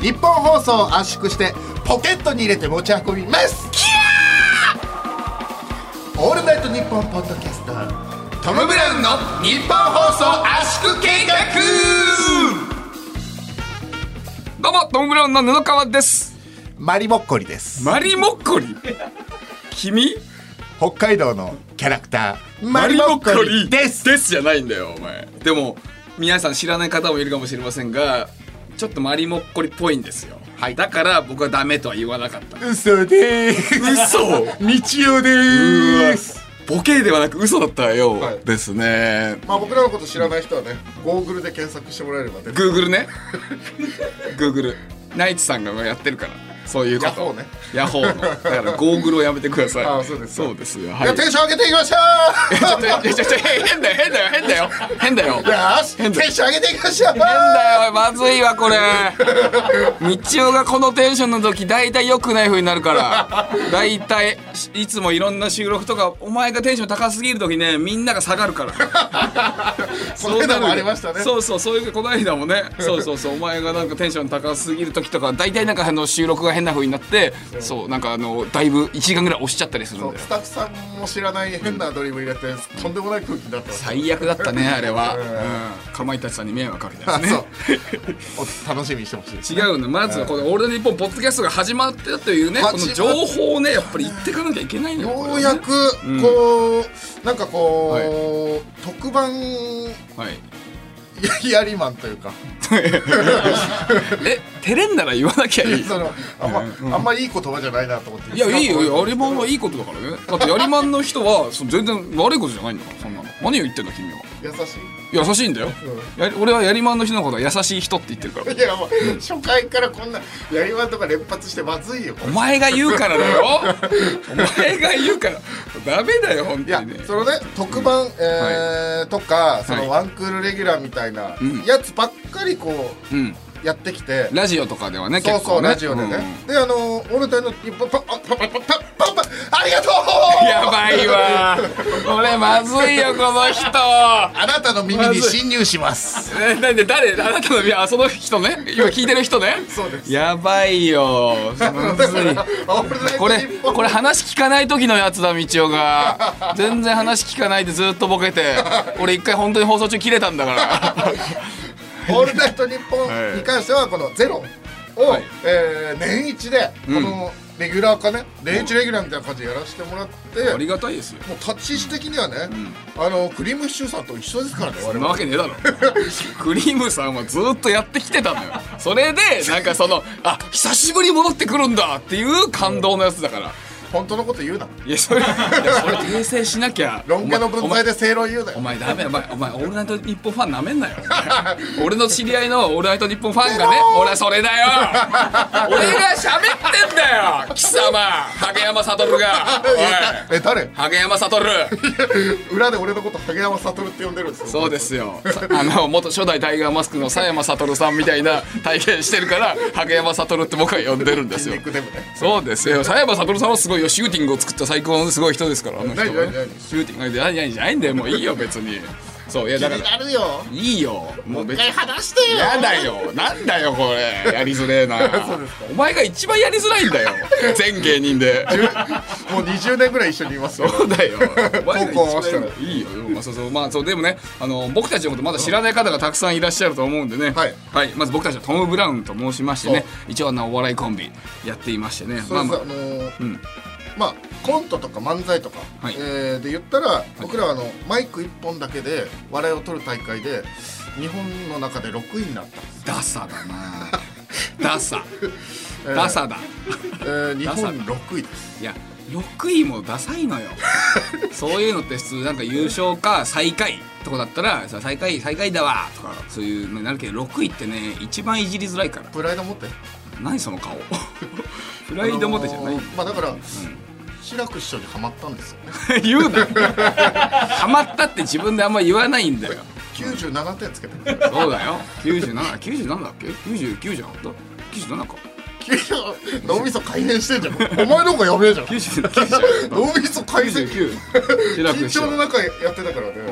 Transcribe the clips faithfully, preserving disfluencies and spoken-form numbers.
日本放送を圧縮してポケットに入れて持ち運びます。キャーオールナイトニッポンポッドキャストトム・ブラウンの日本放送圧縮計画。 どうもトム・ブラウンの布川です。 マリモッコリです。 マリモッコリ君北海道のキャラクターマリモッコリですですじゃないんだよお前。でも皆さん知らない方もいるかもしれませんが、ちょっとマリモッコリっぽいんですよ、はい、だから僕はダメとは言わなかった。 嘘でーす。 嘘日曜でーす。 ボケではなく嘘だったよ、 はい、 ですね。 まあ僕らのこと知らない人はね、ゴーグルで検索してもらえればね。 グーグルねグーグルナイツさんがやってるからそういうこと。ヤホーね。ヤホーのだからゴーグルをやめてください。 ああそうです。 そうですよ。 はい。いやテンション上げていきましょう。 ちょっとちょっと変だよ変だよ変だよ変だよ。 よし。テンション上げていきましょう。 変だよまずいわこれ。みちおがこのテンションの時大体良くない風になるから。大体いつもいろんな収録とかお前がテンション高すぎる時ねみんなが下がるから。 この間もありましたね。 そうそうそういうこの間もね。そうそうそうお前がなんかテンション高すぎる時とか大体なんかあの収録が変な風になって、そうなんかあのだいぶいちじかんぐらい押しちゃったりするんで、 スタッフさんも知らない変なドリブル入れて、うん、とんでもない空気だった。 最悪だったねあれは、うん、かまいたちさんに迷惑かけたですね。 楽しみにしてほしいです、ね、 違うのまずはこの「オールナイトニッポン」ポッドキャストが始まったというねこの情報をねやっぱり言っていかなきゃいけないのよ。 ようやくこう、うん、なんかこう、はい、特番、はいやりマンというかえ照れんなら言わなきゃいい。 そのあんま、うん、あんまいい言葉じゃないなと思って。 いやいいよやりマンはいいことだからね。だってやりマンの人はそ全然悪いことじゃないんだからそんなの。何を言ってんだ君は。 優しい優しいんだよ、うん、や俺はやりマンの人のことは優しい人って言ってるから。 いやもう、うん、初回からこんなやりマンとか連発してまずいよ。 お前が言うからだよお前が言うからダメだよ本当にね。 いやそのね特番、うんえーはい、とかそのワンクールレギュラーみたいなやつばっかりこう、うんやってきて、 ラジオとかではねそうそう、ね、ラジオでね、うん、であのオールタイのパパパパパパパありがとう。 やばいわ俺まずいよこの人。 あなたの耳に侵入します。 えなんで誰あなたの耳あその人ね今聞いてる人ね。 そうです。 やばいよまずいこれこれ話聞かない時のやつだみちおが全然話聞かないでずっとボケて俺一回本当に放送中切れたんだからオールナイトニッポンに関してはこのゼロを、はいえー、年一でこのレギュラーかね、うん、年一レギュラーみたいな感じでやらせてもらってありがたいですよ。もう立ち位置的にはね、うん、あのクリームシチューさんと一緒ですからね。 そんなわけねえだろクリームさんはずっとやってきてたのよ。それでなんかそのあ久しぶりに戻ってくるんだっていう感動のやつだから、うん本当のこと言うな。 いやそれいやそれ訂正しなきゃ。 論家の分際で正論言うなよ。 お前ダメお前お前オールナイトニッポンファンなめんなよ俺の知り合いのオールナイトニッポンファンがね俺はそれだよ俺が喋ってんだよ貴様影山悟がおいえ誰影山悟裏で俺のこと影山悟って呼んでるんですよ。 そうですよあの元初代タイガーマスクの佐山悟さんみたいな体験してるから影山悟って僕は呼んでるんですよ。そうですよ佐山悟さんはすごいシューティングを作った最高のすごい人ですからあの人は、ね、シューティング何何じゃないんだよもういいよ別に。そういやだから気になるよ。 いいよもう一回話してよ。 やだよなんだよこれやりづれえなお前が一番やりづらいんだよ全芸人でもうにじゅうねんぐらい一緒にいますよ。 そうだよお前が一番いいよ。まあそうそうまあそうでもねあの僕たちのことまだ知らない方がたくさんいらっしゃると思うんでね、はい、はい、まず僕たちはトム・ブラウンと申しましてね一応あのお笑いコンビやっていましてねそうです、まああのーうんまあ、コントとか漫才とか、はいえー、で言ったら、はい、僕らはあのマイクいっぽんだけで笑いを取る大会で日本の中でろくいになったんです。 ダサだなダサダサだ、 えー、日本ろくいです。 いやろくいもダサいのよそういうのって普通なんか優勝か最下位とかだったらさ最下位最下位だわとかそういうのになるけどろくいってね一番いじりづらいから。 プライド持って何その顔プライド持ってじゃない、あのー、まあだから、うん志らく師匠にハマったんですよね言うなハマったって自分であんま言わないんだよ。 きゅうじゅうななてんつけてるそうだよきゅうじゅうなな、きゅうじゅうななだっけきゅうじゅうきゅうじゃなかったきゅうじゅうななか脳みそ改変してんじゃんお前の方がやべえじゃんきゅうじゅうきゅうじゃん脳みそ改変きゅうじゅうきゅう緊張の中やってたからね、 うん、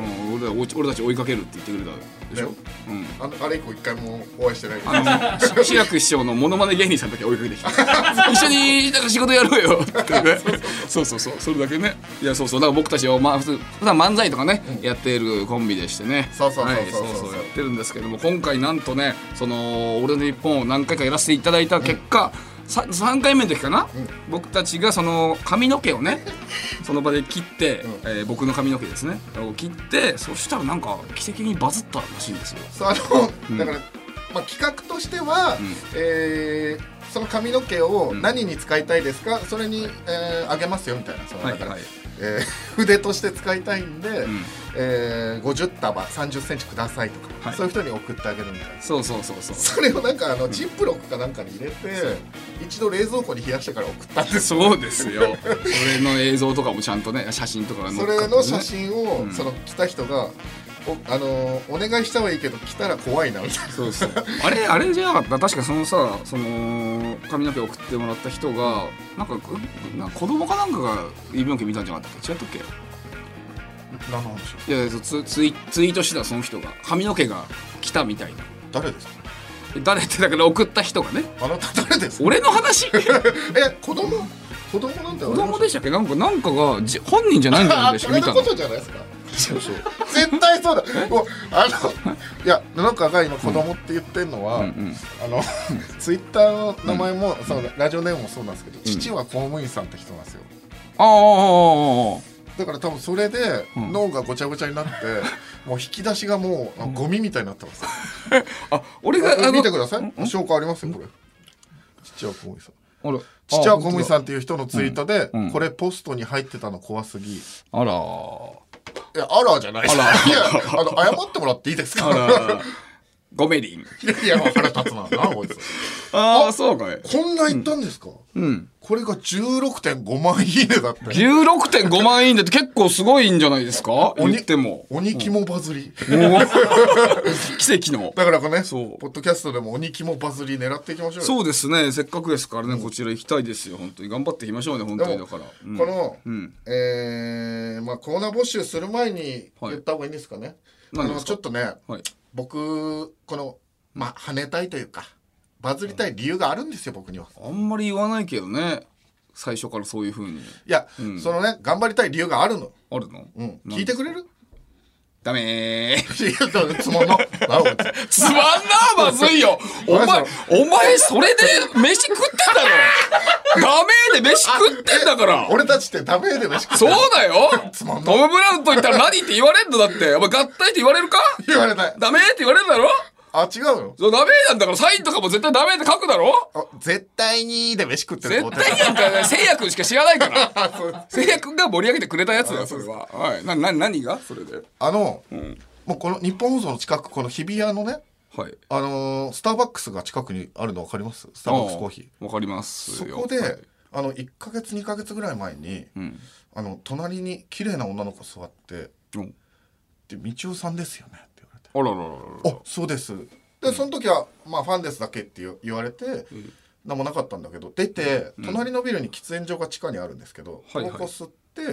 だ俺たち追いかけるって言ってくれたでしょ、ねうん、 あのあれ以降一回もお会いしてないあの志らく師匠のモノマネ芸人さんだけ追いかけてきた一緒になんか仕事やろうよってねそうそうそうそれだけねいやそうそうだから僕たちは、まあ、普通普段漫才とかね、うん、やっているコンビでしてねそうそうそうそうそうやってるんですけども今回なんとねその俺の日本を何回かやらせていただいた結果、うんさんかいめの時かな、うん、僕たちがその髪の毛をねその場で切って、うんえー、僕の髪の毛ですねを切ってそしたらなんか奇跡にバズったらしいんですよ。 そうあの、うん、だから、まあ、企画としては、うんえー、その髪の毛を何に使いたいですか、うん、それに、えー、あげますよみたいなそのだから、はいはいえー、筆として使いたいんで、うんえー、ごじゅう束さんじゅっセンチくださいとか、はい、そういう人に送ってあげるみたいなそうそうそうそうそれをなんかあのジップロックかなんかに入れて一度冷蔵庫に冷やしてから送ったんですそうですよそれの映像とかもちゃんとね写真とかが載っかって、ね、 それの写真を、うん、その来た人がお, あのー、お願いしたはいいけど来たら怖いなみたいなそうそうあれあれじゃなかった確かそのさその髪の毛送ってもらった人がなんかなんか子供かなんかが指の毛見たんじゃなかったっけ違ったっけ何の話いやツ, ツ, イツイートしてたその人が髪の毛が来たみたいな誰ですか誰ってだから送った人がねあなた誰ですか俺の話え子供子供なんて子供でしたっけなんかなんかがじ本人じゃないんだよね見たのことじゃないですかそうそう絶対そうだもうあのいや布川が今子供って言ってるのは、うんうん、あのツイッターの名前も、うん、そのラジオネームもそうなんですけど、うん、父は公務員さんって人なんですよああだから多分それで脳がごちゃごちゃになって、うん、もう引き出しがもうゴミみたいになってます、 うん、あ俺があ見てください証拠ありますよこれ父は公務員さんあら父は公務員さんっていう人のツイートで、うんうん、これポストに入ってたの怖すぎあらいやあらじゃないですかいやあの謝ってもらっていいですかゴメリンいや腹立つななこいつああそうかいこんな言ったんですか、うん、うん、これが じゅうろくてんごまんいいねだってじゅうろくてんごまんいいねって結構すごいんじゃないですか言っても鬼肝バズり、 うん、奇跡のだからこれねそうポッドキャストでも鬼肝バズり狙っていきましょうよそうですねせっかくですからね、うん、こちら行きたいですよ本当に頑張っていきましょうね本当にだから、 うん、この、うんえーまあ、コーナー募集する前に言った方がいいんですかね、はい、あのちょっとね、はい、僕このまあ跳ねたいというかバズりたい理由があるんですよ僕にはあんまり言わないけどね最初からそういう風にいや、うん、そのね頑張りたい理由があるのあるの、 うん、聞いてくれるダメーつまんなつまんなまずいよお前お前それで飯食ってんだろダメで飯食ってんだから俺たちってダメで飯食ってんそうだよトム・ブラウンと言ったら何って言われんのだってお前合体って言われるか言われないダメって言われるだろあ違うよそうダメなんだからサインとかも絶対ダメって書くだろあ絶対にで飯食ってる絶対になんかせいやくんしか知らないからせいやくんが盛り上げてくれたやつだよそれははいなな何がそれであの、うん、もうこの日本放送の近くこの日比谷のねはいあのー、スターバックスが近くにあるの分かりますスターバックスコーヒー分かりますよそこで、はい、あのいっかげつにかげつぐらい前に、うん、あの隣に綺麗な女の子座って、うん、で道夫さんですよねって言われてあらららららあそうですでその時は、まあ、ファンですだけって言われて、うん、何もなかったんだけど出て、うん、隣のビルに喫煙所が地下にあるんですけどタバコ吸って、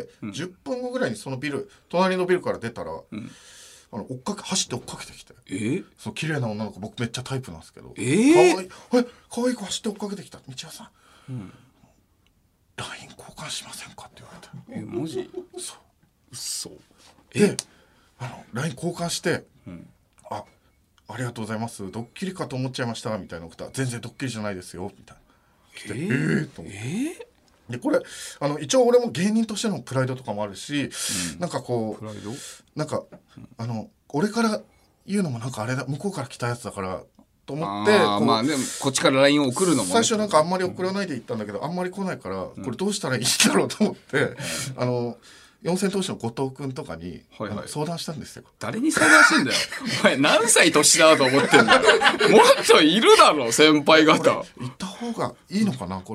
うん、じゅっぷんごぐらいにそのビル隣のビルから出たら、うん、あの追っかけ走って追っかけてきてえー、 その綺麗な女の子僕めっちゃタイプなんですけどえー、 かわいいえかわいい子走って追っかけてきた道夫さん、うん、ライン 交換しませんかって言われてえマジそう嘘であの ライン 交換して、うん、あありがとうございますドッキリかと思っちゃいましたみたいなことは全然ドッキリじゃないですよみたいな来てえー、えー、と思って、えー、でこれあの一応俺も芸人としてのプライドとかもあるし、うん、なんかこうプライドなんか、うん、あの俺から言うのもなんかあれだ向こうから来たやつだからと思ってあまあねこっちから ライン を送るのも、ね、 最初なんかあんまり送らないで行ったんだけど、うん、あんまり来ないからこれどうしたらいいんだろうと思って、うん、あの四千頭身の後藤君とかに、はいはい、相談したんですよ。 誰に相談してんだよお前何歳年だと思ってんだよもっといるだろ先輩方行った方がいいのかなこれ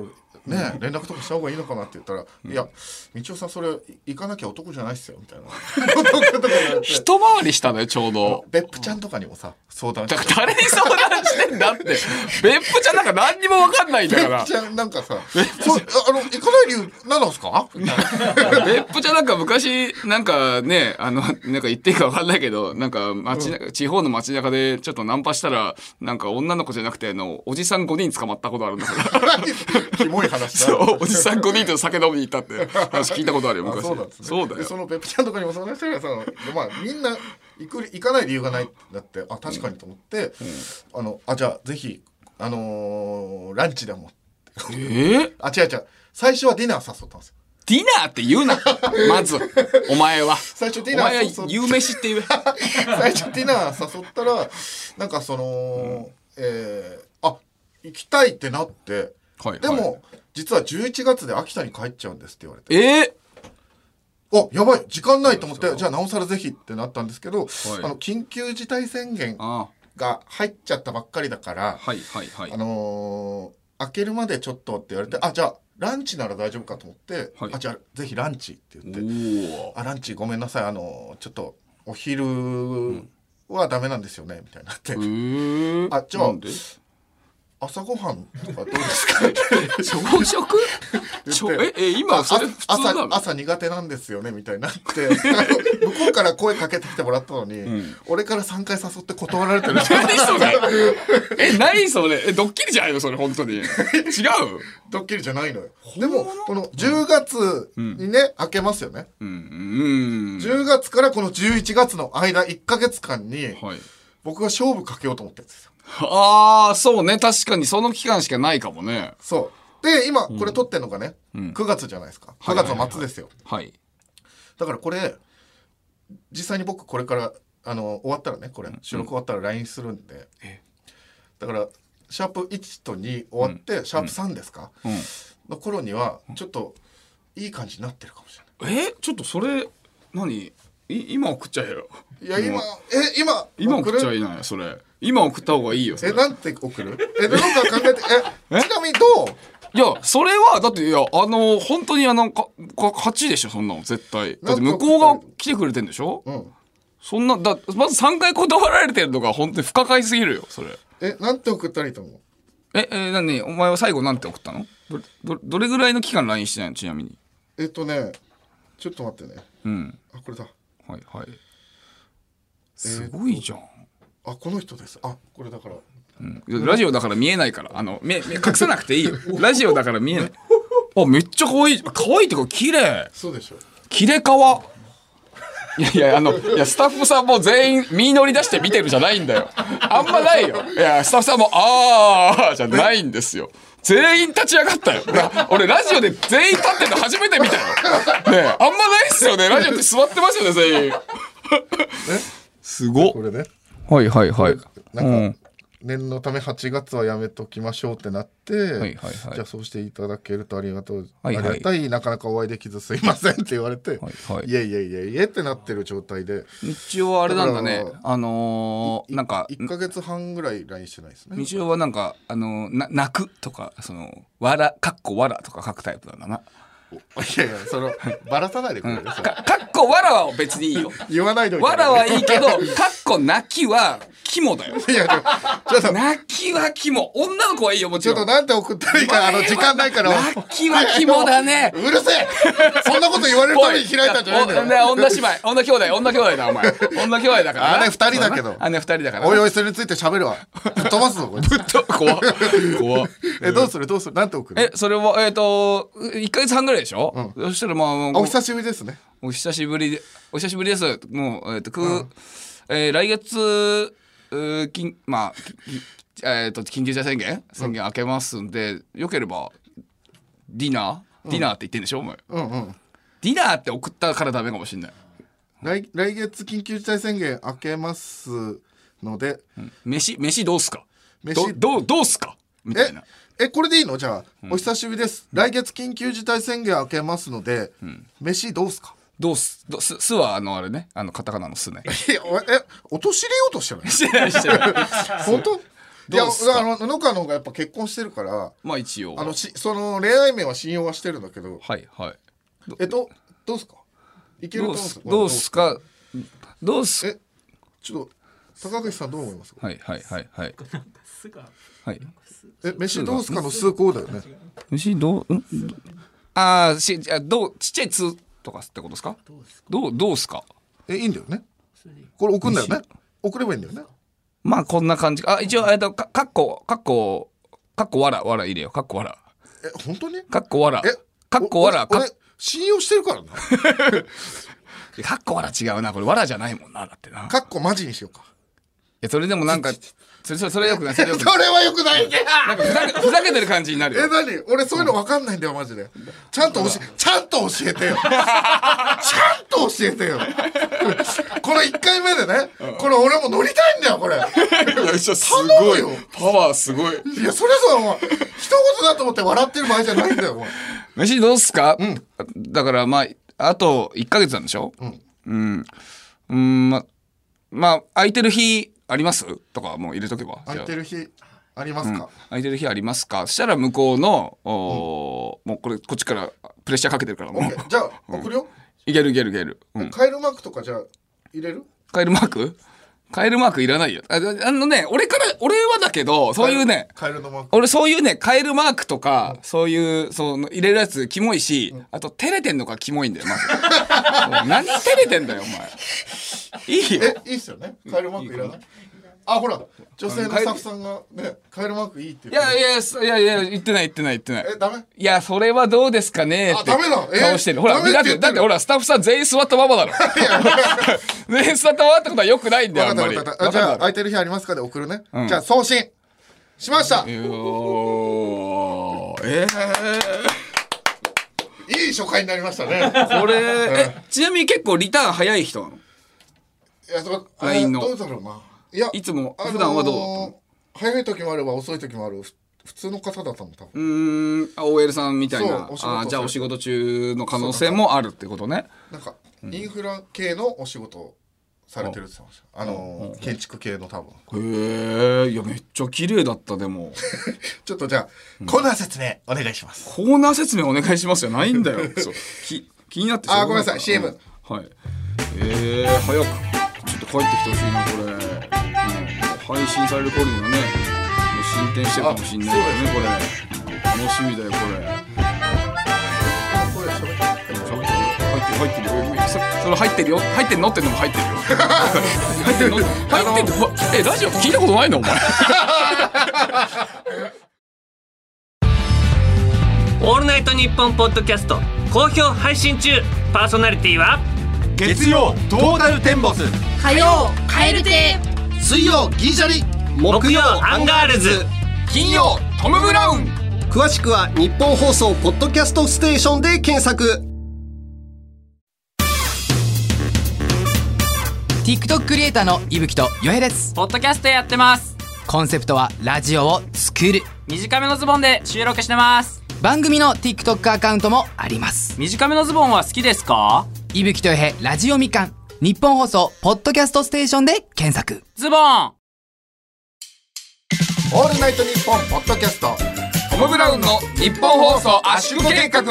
ね連絡とかした方がいいのかなって言ったら、うん、いや道夫さんそれ行かなきゃ男じゃないっすよみたいな一回りしたねちょうど。 別府ちゃんとかにもさ相談して、 誰に相談してんだって別府ちゃんなんか何にも分かんないんだから。 別府ちゃんなんかさそあの行かない理由何なんすか別府ちゃんなんか昔なんかねあのなんか言っていいか分かんないけどなんか街、うん、地方の街中でちょっとナンパしたらなんか女の子じゃなくてあのおじさんごにん捕まったことあるんだからキモい話だ。 そうおじさんごにんと酒飲みに行ったって話聞いたことあるよ昔。 そうなんですね。 そうだよ。 その別府ちゃんとかにも相談したらさ、まあみんな行く行かない理由がないだってあ確かにと思って、うん、あのあじゃあぜひあのー、ランチでもえー、 あ違う違う最初はディナー誘ったんですよ。 ディナーって言うなまずお前は最初ディナー誘ったお前は夕飯って言え最初ディナー誘ったらなんかその、うんえー、あ行きたいってなって、はい、でも、はい、実はじゅういちがつで秋田に帰っちゃうんですって言われてえー、あやばい時間ないと思ってじゃあなおさらぜひってなったんですけど、はい、あの緊急事態宣言が入っちゃったばっかりだから、 はいはいはい、 あのー、開けるまでちょっとって言われてあじゃあランチなら大丈夫かと思って、はい、あじゃあぜひランチって言ってあランチごめんなさいあのちょっとお昼はダメなんですよねみたいになって、うん、あじゃあ朝ごはんとかどうですか朝食ええ今それ普通なの？ 朝, 朝苦手なんですよねみたいになって向こうから声かけてきてもらったのに、うん、俺からさんかい誘って断られてるじゃないですか。 え何それえドッキリじゃないのそれ本当に違うドッキリじゃないのよ。でもこのじゅうがつにね、うん、開けますよね、うん、じゅうがつからこのじゅういちがつの間いっかげつかんに、はい、僕が勝負かけようと思ってるんですよ。 ああそうね確かにその期間しかないかもね。 そうで今これ撮ってんのがね、うん、くがつじゃないですか。くがつの末ですよ、 はいはいはいはい、 だからこれ実際に僕これからあの終わったらねこれ収録終わったら ライン するんで、うん、だからシャープいちとに終わって、うん、シャープさんですか、うん、の頃にはちょっといい感じになってるかもしれない。 えちょっとそれ何い今送っちゃえよ。 いや今え今今送っちゃいないそれ今送った方がいいよ。 えなんて送るえどうか考えてえちなみにどういやそれはだっていやあの本当にあのかか勝ちでしょそんなの絶対。だって向こうが来てくれてんでしょ、うん、そんなだまずさんかい断られてるのが本当に不可解すぎるよそれ。 えなんて送ったらいいと思う。 ええ何お前は最後なんて送ったの。 ど, ど, どれぐらいの期間 ライン してないのちなみに。 えっとねちょっと待ってね。うんあこれだはいはいすごいじゃん、 あこの人です。あこれだから、 うん、ラジオだから見えないからあの目目隠さなくていいよラジオだから見えないあめっちゃ可愛い可愛いってか綺麗。 そうでしょ切れ川いやいやあのいやスタッフさんも全員身乗り出して見てるじゃないんだよあんまないよ。いやスタッフさんもあーじゃないんですよ。全員立ち上がったよ。俺ラジオで全員立ってるの初めて見たよ。ねえあんまないっすよね。ラジオって座ってますよね全員。すごっ。 これね。 はいはいはい。 なんか、うん、念のためはちがつはやめときましょうってなって、はいはいはい、じゃあそうしていただけるとありがとう、はいはい、ありがたいなかなかお会いできずすいませんって言われて、はいはい、いやいやいやいやってなってる状態で日曜はあれなんだねあのー、なんかいっかげつはんぐらい ライン してないですね。 日曜はなんかあのー、な泣くとかそのわらかっこわらとか書くタイプなんだな。 いやいやそのバラさないでくれる、うん、か, かっこわらは別にいいよ言わないでおいて、 わらはいいけどかっこ泣きは肝だよ。いやちょっと泣きは肝。女の子はいいよもちろん。 ちょっとなんて送ったらいいかあの時間ないから。 泣きは肝だね。 うるせえそんなこと言われるために開いたんじゃないんだよ。 女姉妹女兄弟女兄弟だお前女兄弟だから姉二人だけど姉二人だからおいおいそれについて喋るわぶっ飛ばすぞこれぶっ飛ば怖怖えどうするどうするなんて送る。 えそれはえっ、ー、といっかげつはんぐらいでしょ、うん、そしたらまあお久しぶりですね。 お久しぶりでお久しぶりです。もうえっ、ー、とく、うんえー、来月うきんまあえっ、ー、と緊急事態宣言宣言明けますんで、うん、よければディナー、うん、ディナーって言ってんでしょお前、うんうん、ディナーって送ったからダメかもしれない。 来, 来月緊急事態宣言明けますので、 うん、飯飯どうすか飯 ど, ど, どうすかみたいな。 ええこれでいいのじゃあ、うん、お久しぶりです、うん、来月緊急事態宣言明けますので、うん、飯どうすか。 どうすどすすはあのあれねあのカタカナのすね。 え落とし入れようとしてないしてないしてない本当いやあの野川の方がやっぱ結婚してるから、 まあ一応あのしその恋愛面は信用はしてるんだけど、 はいはい。 えっとどうすか、いけると思うんですか、 どうすかどうすえちょっと高口さんどう思いますか。 はいはいはいはいはいえ飯どうすかの数個だよね。 飯どう、んああしあどうちっちゃいつとかってことですか。どうどうすか。 えいいんだよね、これ送んだよね、送ればいいんだよね。 まあこんな感じ。あ一応えっとかかっこかっこかっこわらわら入れよ。かっこわら。 え本当にかっこわら。 えかっこわらか俺信用してるからな。 かっこわら違うな。これわらじゃないもんな。だってな。 かっこマジにしようか。 えそれでもなんかそれそれそれよくない。それよくない。 それはよくないんだよ。 なんかふざけふざけてる感じになるよ。 え何俺そういうの分かんないんだよマジで。ちゃんと教えちゃんと教えてよ。ちゃんと教えてよ。このいっかいめでね、これ俺も乗りたいんだよこれ。 すごいパワーすごい。 いやそれぞれもう一言だと思って笑ってる場合じゃないんだよもう。 飯どうすか、うん、だからまああといっかげつなんでしょ。うんうんうんままあ空いてる日ありますとかもう入れとけば。 空いてる日ありますか、うん、 空いてる日ありますか。そしたら向こうのお、うん、もうこれこっちからプレッシャーかけてるからもうじゃあ送るよ、 うん、いけるいけるいける、 うん、カエルマークとかじゃあ入れる。 カエルマークカエルマークいらないよ。あ, あのね俺から俺はだけどそういうねカエルのマーク俺そういうねカエルマークとか、うん、そういうその入れるやつキモいし、うん、あと照れてんのがキモいんだよまず。何照れてんだよお前。いいよ。 えいいっすよねカエルマークいらない。あほら女性のスタッフさんがねカエルマークいいって言って。 いやいやいやいや言ってない言ってない言ってない。 えダメ。いやそれはどうですかねって顔してる。ほらだってだってほらスタッフさん全員座ったままだろ。全員座ったままってことはよくないんだよあんまり。 じゃあ空いてる日ありますかで送るね、うん、じゃあ送信しました。えー、いい初回になりましたねこれえちなみに結構リターン早い人なの。 いやそライン のどうだろうな。いやいつも普段はどう、あのー、 早い時もあれば遅い時もある普通の方だったもん多分。 うーん オーエル さんみたいな。あじゃあお仕事中の可能性もあるってことね。 なんかインフラ系のお仕事されてるって言ってました。あのー、建築系の多分。 へえいやめっちゃ綺麗だったでもちょっとじゃあ、うん、コーナー説明お願いします。 コーナー説明お願いしますじゃないんだよそうき気になってしょうがない。 あごめんなさい シーエム、 うん、はいえー、早くちょっと帰ってきてほしいなこれ、うん、配信される頃にはねもう進展してるかもしんないよねこれ。楽しみだよこれ。入ってる入ってるよ。そ, それ入ってるよ入ってるのってのも入ってるよ入ってるの入ってるえラジオ聞いたことないのお前オールナイトニッポンポッドキャスト好評配信中。パーソナリティは月曜トータルテンボス、 火曜カエル亭、 水曜ギリシャリ、 木曜アンガールズ、 金曜トム・ブラウン。 詳しくは日本放送ポッドキャストステーションで検索。 TikTok クリエイターの伊吹とよへです。 ポッドキャストやってます。 コンセプトはラジオを作る。 短めのズボンで収録してます。 番組の TikTok アカウントもあります。 短めのズボンは好きですか？ 伊吹とよへラジオみかん、日本放送ポッドキャストステーションで検索。 ズボンオールナイトニッポンポッドキャストトム・ブラウンの日本放送圧縮計画。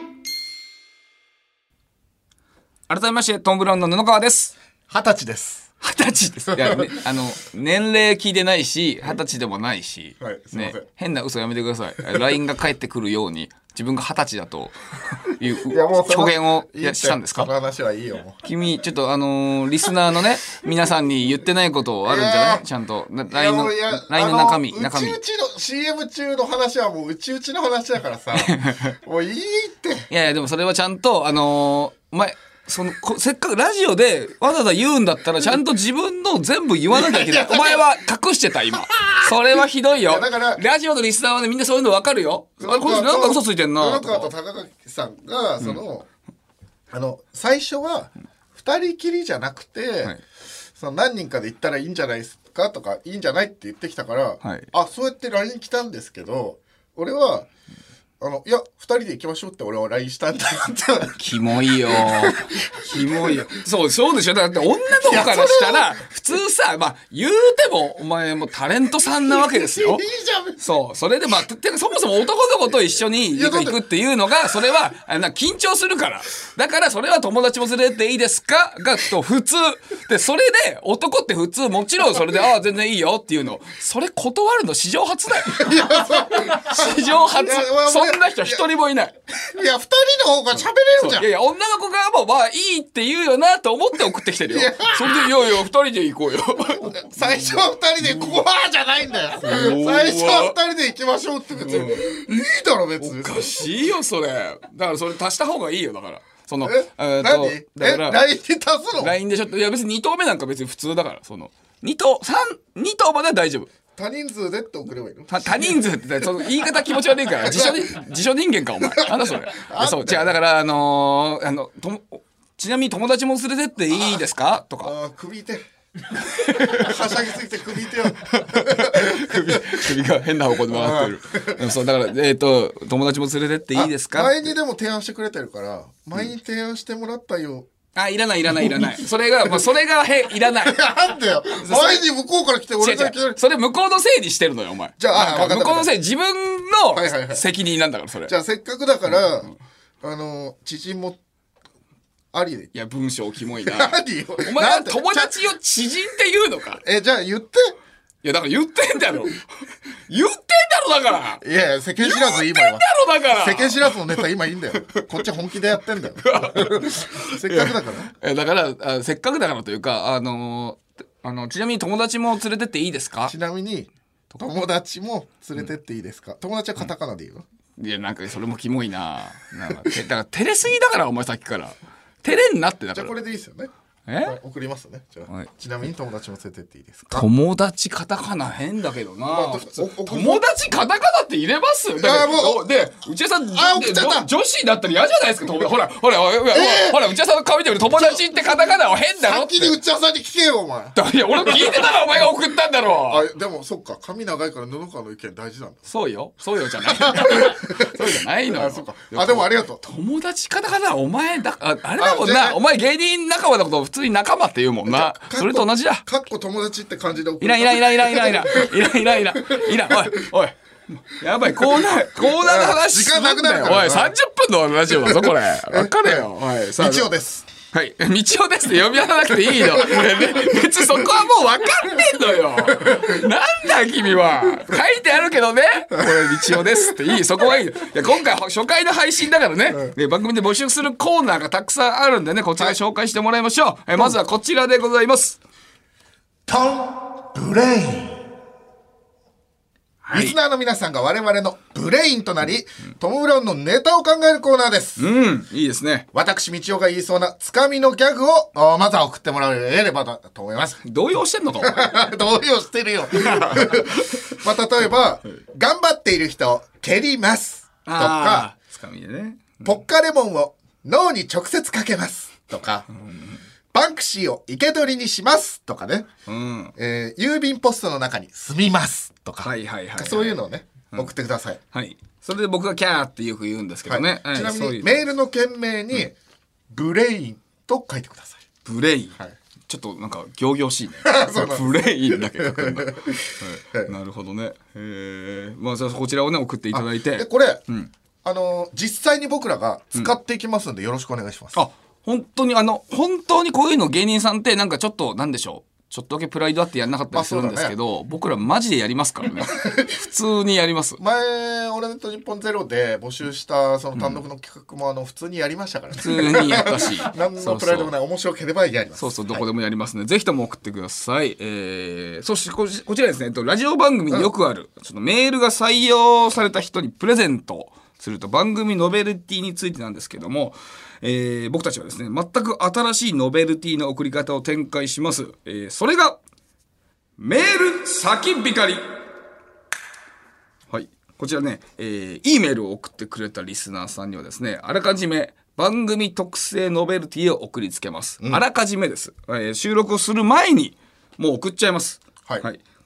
改めましてトム・ブラウンの布川です。 二十歳です。 二十歳です。いや、ね、あの年齢聞いてないし二十歳でもないし、 はい、すいません、 ね、変な嘘やめてください。ライン が返ってくるように自分が二十歳だという表現をしたんですか？ その話はいいよ。もう君ちょっとあのー、リスナーのね皆さんに言ってないことあるんじゃない？ちゃんと ライン の ライン の中身中身。 うちうちの シーエム 中の話はもううちうちの話だからさもういいって。 いやいやでもそれはちゃんとあのー、お前そのせっかくラジオでわざわざ言うんだったらちゃんと自分の全部言わなきゃいけない。お前は隠してた今。それはひどいよ。いやだからラジオのリスナーはねみんなそういうの分かるよ。あれこの人なんか嘘ついてんな。 黒川と高垣さんがその、うん、あの最初は二人きりじゃなくて、はい、その何人かで行ったらいいんじゃないですかとかいいんじゃないって言ってきたから、はい、あそうやって ライン 来たんですけど俺はあのいやふたりで行きましょうって俺は ライン したんだよってキモいよキモいよそうそうでしょ。だって女の子からしたら普通さまあ言うてもお前もタレントさんなわけですよ。 いいじゃん。 そうそれでまあてかそもそも男の子と一緒に行くっていうのがそれはあな緊張するからだからそれは友達も連れてっていいですかがと普通でそれで男って普通もちろんそれでああ全然いいよっていうのそれ断るの史上初だよ。史上初そんな人一人もいない。 いやふたりの方が喋れるじゃん。 いやいや女の子側もまあいいって言うよなと思って送ってきてるよ。それでいやいやふたりで行こうよ。 最初はふたりで怖ーじゃないんだよ。最初はふたりで行きましょうって別にいいだろ別に。 おかしいよそれ。だからそれ足した方がいいよだから。そのええーと何だからえ ライン で足すのライン でちょっといや別にに投目なんか別に普通だからそのに投さんに投までは大丈夫。 他人数でって送ればいいの？ 他他人数ってその言い方気持ち悪いから自称自称人間かお前なんだそれ。そう違うだからあのー、あのともちなみに友達も連れてっていいですかとか。 ああ首痛いはしゃぎすぎて首痛いよ首首が変な方向で回ってる。そうだからえっ、ー、と友達も連れてっていいですか。 前にでも提案してくれてるから前に提案してもらったよ。 あいらないいらないいらないそれがまあそれがへいらない。 なんだよ前に向こうから来て俺が来てる。 それ向こうのせいにしてるのよお前。 じゃああ分かった向こうのせい自分の責任なんだからそれ。 じゃあせっかくだから、あの知人もありで。 いや文章キモいな。 何よお前は友達を知人って言うのか。 えじゃあ言って。 いやだから言ってんだろ言ってんだろだから。 いやいや世間知らず今は言ってんだろだから世間知らずのネタ今いいんだよ。こっち本気でやってんだよせっかくだからえだからあせっかくだからというかあのー、あのちなみに友達も連れてっていいですか。 ちなみに友達も連れてっていいですか、うん、友達はカタカナで言うの、 うん、いやなんかそれもキモいな。なんかだから照れすぎだからお前さっきから照れんなってだから。 じゃあこれでいいですよね。 え、 はい、送りますね。じゃあ、はい、ちなみに友達も連れてっていいですか。 友達カタカナ変だけどな、まあ、友達カタカナって入れます。 だもうで内田さんあ送っちゃった女子だったら嫌じゃないですか。ほらほらほら、えー、ほら内田さんの顔見てみる友達ってカタカナは変だろって。 先に内田さんに聞けよお前。 いや俺聞いてたらお前が送ったんだろ。 あでもそっか髪長いから布川の意見大事なんだ。 そうよそうよじゃないそうじゃないのよ。 あそうかあでもありがとう。 友達カタカナお前だ あ, あれだもんな。お前芸人仲間のことを普通に仲間って言うもんな。それと同じだ。 かっこ友達って感じで送る。 いらんいらんいらんいらんいらんいらんいらんいらんいらんいらん。おいおいやばいコーナーコーナーの話時間なくなるから。 おいさんじゅっぷんのラジオだぞこれ。分かれよ。おいさあ道夫です。 はい、道夫ですって呼び出さなくていいの。別にそこはもう分かってんのよ。なんだ君は。書いてあるけどね。これ道夫ですっていい。そこはいい。いや今回初回の配信だからね、うん、番組で募集するコーナーがたくさんあるんでね、こちら紹介してもらいましょう。はい、まずはこちらでございます。 トンブレイン。リスナーの皆さんが我々のブレインとなり、うん、トム・ブラウンのネタを考えるコーナーです。 うん、いいですね。 私、道夫が言いそうなつかみのギャグをまずは送ってもらえればと思います。 動揺してんのか動揺してるよ。まあ、例えば、頑張っている人、蹴ります。とか、 つかみでね、 うん、ポッカレモンを脳に直接かけます。とか、うんバンクシーを生け捕りにしますとかね、うんえー、郵便ポストの中に住みますとか、はいはいはいはい、そういうのをね、うん、送ってください。 はい。それで僕がキャーってよく言うんですけどね。 はい、ちなみにううメールの件名に、うん、ブレインと書いてください。 ブレイン、はい、ちょっとなんか仰々しいね。ブレインだけど、はい、なるほどね。えー、まあじゃあこちらをね送っていただいて、 でこれ、うん、あのー、実際に僕らが使っていきますんで、よろしくお願いします。 あ本当にあの本当にこういうの芸人さんってなんかちょっとなんでしょうちょっとだけプライドあってやんなかったりするんですけど、ね、僕らマジでやりますからね普通にやります。 前オールナイトニッポンゼロで募集したその単独の企画もあの普通にやりましたからね、 普通にやったし何のプライドもない面白ければやります。 そうそうどこでもやりますね、はい、ぜひとも送ってください。えー、そしてこちらですね、ラジオ番組によくある、うん、そのメールが採用された人にプレゼントすると番組ノベルティについてなんですけども、えー、僕たちはですね全く新しいノベルティの送り方を展開します。えー、それがメール先光。はい、こちらね、えー、E メールを送ってくれたリスナーさんにはですねあらかじめ番組特製ノベルティを送りつけます。うん、あらかじめです、えー、収録をする前にもう送っちゃいます。はい、はい、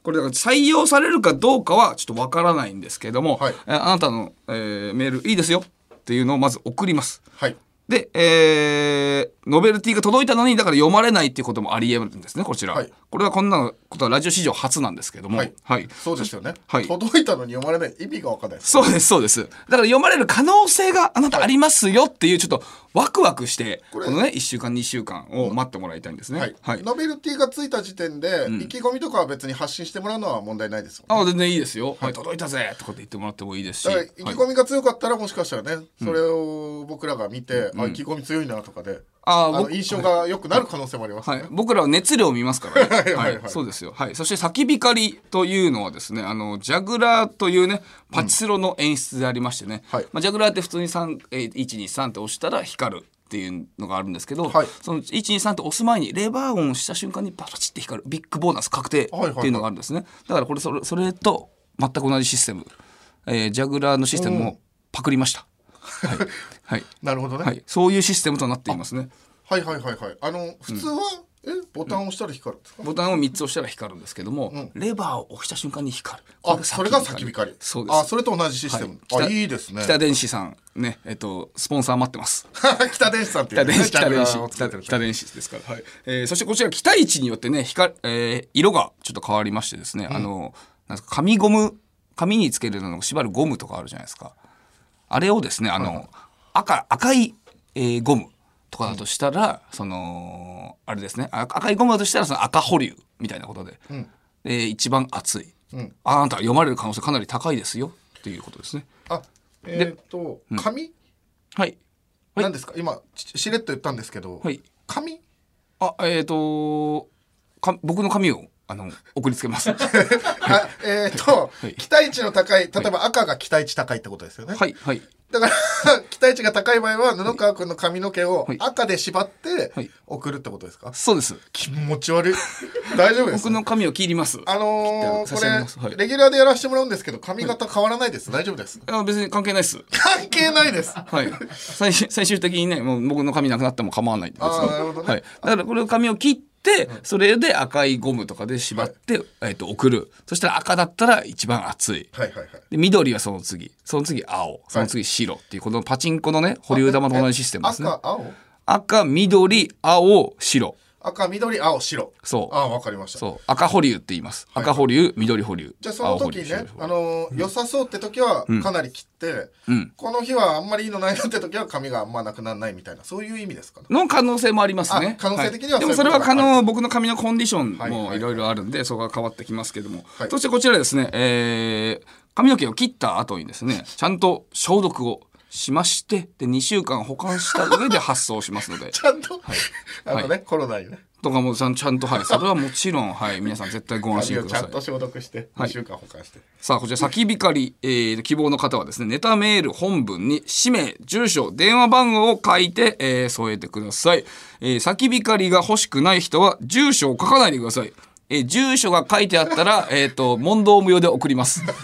これだから採用されるかどうかはちょっとわからないんですけども、 はい、 あなたの、えー、メールいいですよっていうのをまず送ります。 はい。 で、えー、ノベルティが届いたのにだから読まれないっていうこともあり得るんですね、こちら、はい、これはこんなことはラジオ史上初なんですけども、はい、はい、 そうですよね、 はい、 届いたのに読まれない意味が分かんないです、 ね、そうですそうです。だから読まれる可能性があなたありますよっていうちょっとワクワクしてこのねいっしゅうかんにしゅうかんを待ってもらいたいんですね、はいはい、ノベルティがついた時点で、うん、意気込みとかは別に発信してもらうのは問題ないですよ、ね、 あ全然いいですよ、はい、届いたぜとかって言ってもらってもいいですし、 だから意気込みが強かったらもしかしたらね、それを僕らが見て、うん、あ意気込み強いなとかで、ああの印象が良くなる可能性もありますね、 はいはい、僕らは熱量を見ますからねはいはい、はい、そうですよ、はい、そして叫び狩りというのはですね、あのジャグラーというねパチスロの演出でありましてね、うん、はい、まあ、ジャグラーって普通にさん、いちにさんって押したら光るっていうのがあるんですけど、はい、そのいちにさんって押す前にレバー音をした瞬間にパチッて光るビッグボーナス確定っていうのがあるんですね、はいはいはい、だからこれそれ、それと全く同じシステム、えー、ジャグラーのシステムもパクりました、はい、はい、 なるほどね、 はい、そういうシステムとなっていますね。 はいはいはいはい。あの普通は、うん、えボタンを押したら光るんですか？ ボタンをみっつ押したら光るんですけども、うん、レバーを押した瞬間に光る。 あ、それが叫び光り。 そうです。 あ、それと同じシステム。はい、あ、いいですね。 北電子さんね、えっとスポンサー待ってます。 北電子さんっていう、ね、 北電子北電子北北電子ですから。はい。えー、そしてこちら期待値によってね光、えー、色がちょっと変わりましてですね、うん、あのなんですか紙ゴム紙につけるのを縛るゴムとかあるじゃないですか。あれをですねあの、はい、赤赤い、えー、ゴムとかだとしたら、うん、そのあれですね赤いゴムだとしたらその赤保留みたいなことで、うん、で一番熱い、うん、あなた読まれる可能性かなり高いですよっていうことですね。 あえっ、ー、と紙、うん、 はい、 はい、何ですか今しれっと言ったんですけど、はい、紙あえっ、ー、とか僕の紙をあの送りつけます。あえっ、ー、と、はい、期待値の高い例えば赤が期待値高いってことですよね。 はいはい。 だから期待値が高い場合は布川くんの髪の毛を赤で縛って送るってことですか？はい、 そうです。 気持ち悪い。大丈夫ですか？ 僕の髪を切ります。 あのー、これ、はい、レギュラーでやらせてもらうんですけど髪型変わらないです。大丈夫です？ あ別に関係ないです。 関係ないです。 はい。最終最終的にねもう僕の髪なくなっても構わないです。 あなるほどね。 はい。だからこれ髪を切ってでそれで赤いゴムとかで縛って、はい、えー、と送る。そしたら赤だったら一番熱い、 はいはいはい、 で緑はその次その次青その次白っていうこのパチンコのね保留玉と同じシステムですね。 赤青赤緑青白赤緑青白。 そうあ分かりました。 そう赤保留って言います、はい、赤保留緑保留。 じゃあその時ねあの良さそうって時はかなり切って、うん、この日はあんまりいいのないなって時は髪があんまなくならないみたいなそういう意味ですかね。 の可能性もありますね。 可能性的には、 はい、でもそれは可能僕の髪のコンディションもいろいろあるんで、はいはいはい、そこが変わってきますけども、はい、そしてこちらですね、えー、髪の毛を切った後にですねちゃんと消毒をしましてでにしゅうかん保管した上で発送しますのでちゃんと、はい、あのね、はい、コロナにねとかもちゃんちゃんとはいそれはもちろんはい皆さん絶対ご安心ください。 ちゃんと消毒してにしゅうかん保管して、はい、 さあこちら叫び狩り、えー、希望の方はですねネタメール本文に氏名住所電話番号を書いて、えー、添えてください。えー、叫び狩りが欲しくない人は住所を書かないでください。えー、住所が書いてあったら、えっ、ー、と問答無用で送ります。はい。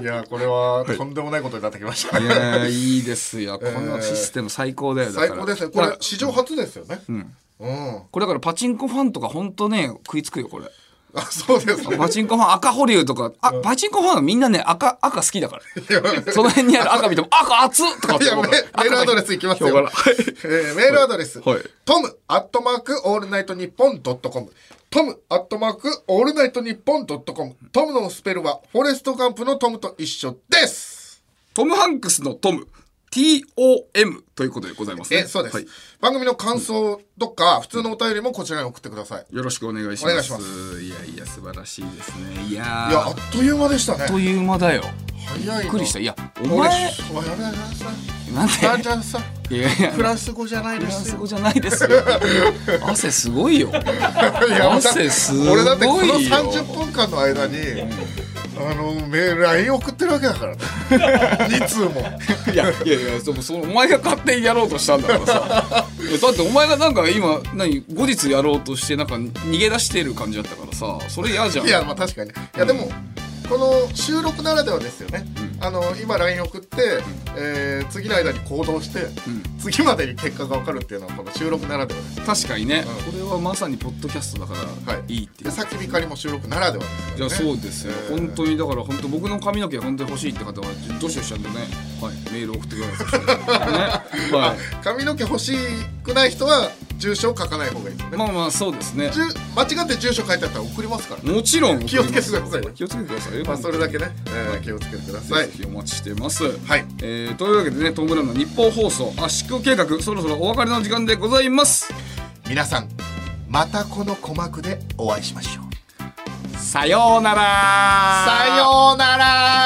いやこれはとんでもないことになってきましたね。 いやいいですよ。このシステム最高だよ。だから最高ですね。これ史上初ですよね。うん。 うん。これだからパチンコファンとか本当ね食いつくよこれ。 あそうですね。 パチンコファン赤保留とかあ、うん、パチンコファンはみんなね赤赤好きだから。その辺にある赤見ても赤熱っとかって。 いやメールアドレスいきますよ。えー、メールアドレス、はい、トムアットマークオールナイトニッポンドットコム。トムアットマークオールナイトニッポンドットコム。トムのスペルはフォレストガンプのトムと一緒です。 トムハンクスのトム ティーオーエム ということでございますね。 えそうです、はい、番組の感想とか普通のお便りもこちらに送ってください。 よろしくお願いします。 お願いします。 いやいや素晴らしいですね。いやいやあっという間でしたね。 あっという間だよ。 早い。 びっくりした。いやお前なんであじゃあさいやいやフランス語じゃないですよ。 フランス語じゃないですよ。汗すごいよ。汗すごいよ。 俺だってこのさんじゅっぷんかんの間に、うん、あのメール ライン 送ってるわけだからね。に通も。 いやいやいやそのそのお前が勝手にやろうとしたんだからさ。だってお前がなんか今何後日やろうとしてなんか逃げ出してる感じだったからさそれ嫌じゃん。 いやまあ確かに。いやでも、うん、この収録ならではですよね。うんあの今 ライン 送って、えー、次の間に行動して、うん、次までに結果が分かるっていうのはこの収録ならではです。 確かにね、うん、これはまさにポッドキャストだからいいっていう、 はい、で叫びかりも収録ならではですからね。 いやそうですよ、えー、本当にだから本当僕の髪の毛本当に欲しいって方はどしどしちゃんとね、はい、メール送ってください、ねはい、 髪の毛欲しくない人は住所を書かない方がいいですね。 まあまあそうですね。 間違って住所書いてあったら送りますから、ね、 もちろん気をつけてください、ね、 気をつけてください、 まあ、それだけね、えー、気をつけてください。 ぜひお待ちしてます、 はいえー、というわけでねトム・ブラウンの日本放送圧縮計画そろそろお別れの時間でございます。 皆さんまたこの鼓膜でお会いしましょう。 さようなら。 さようなら。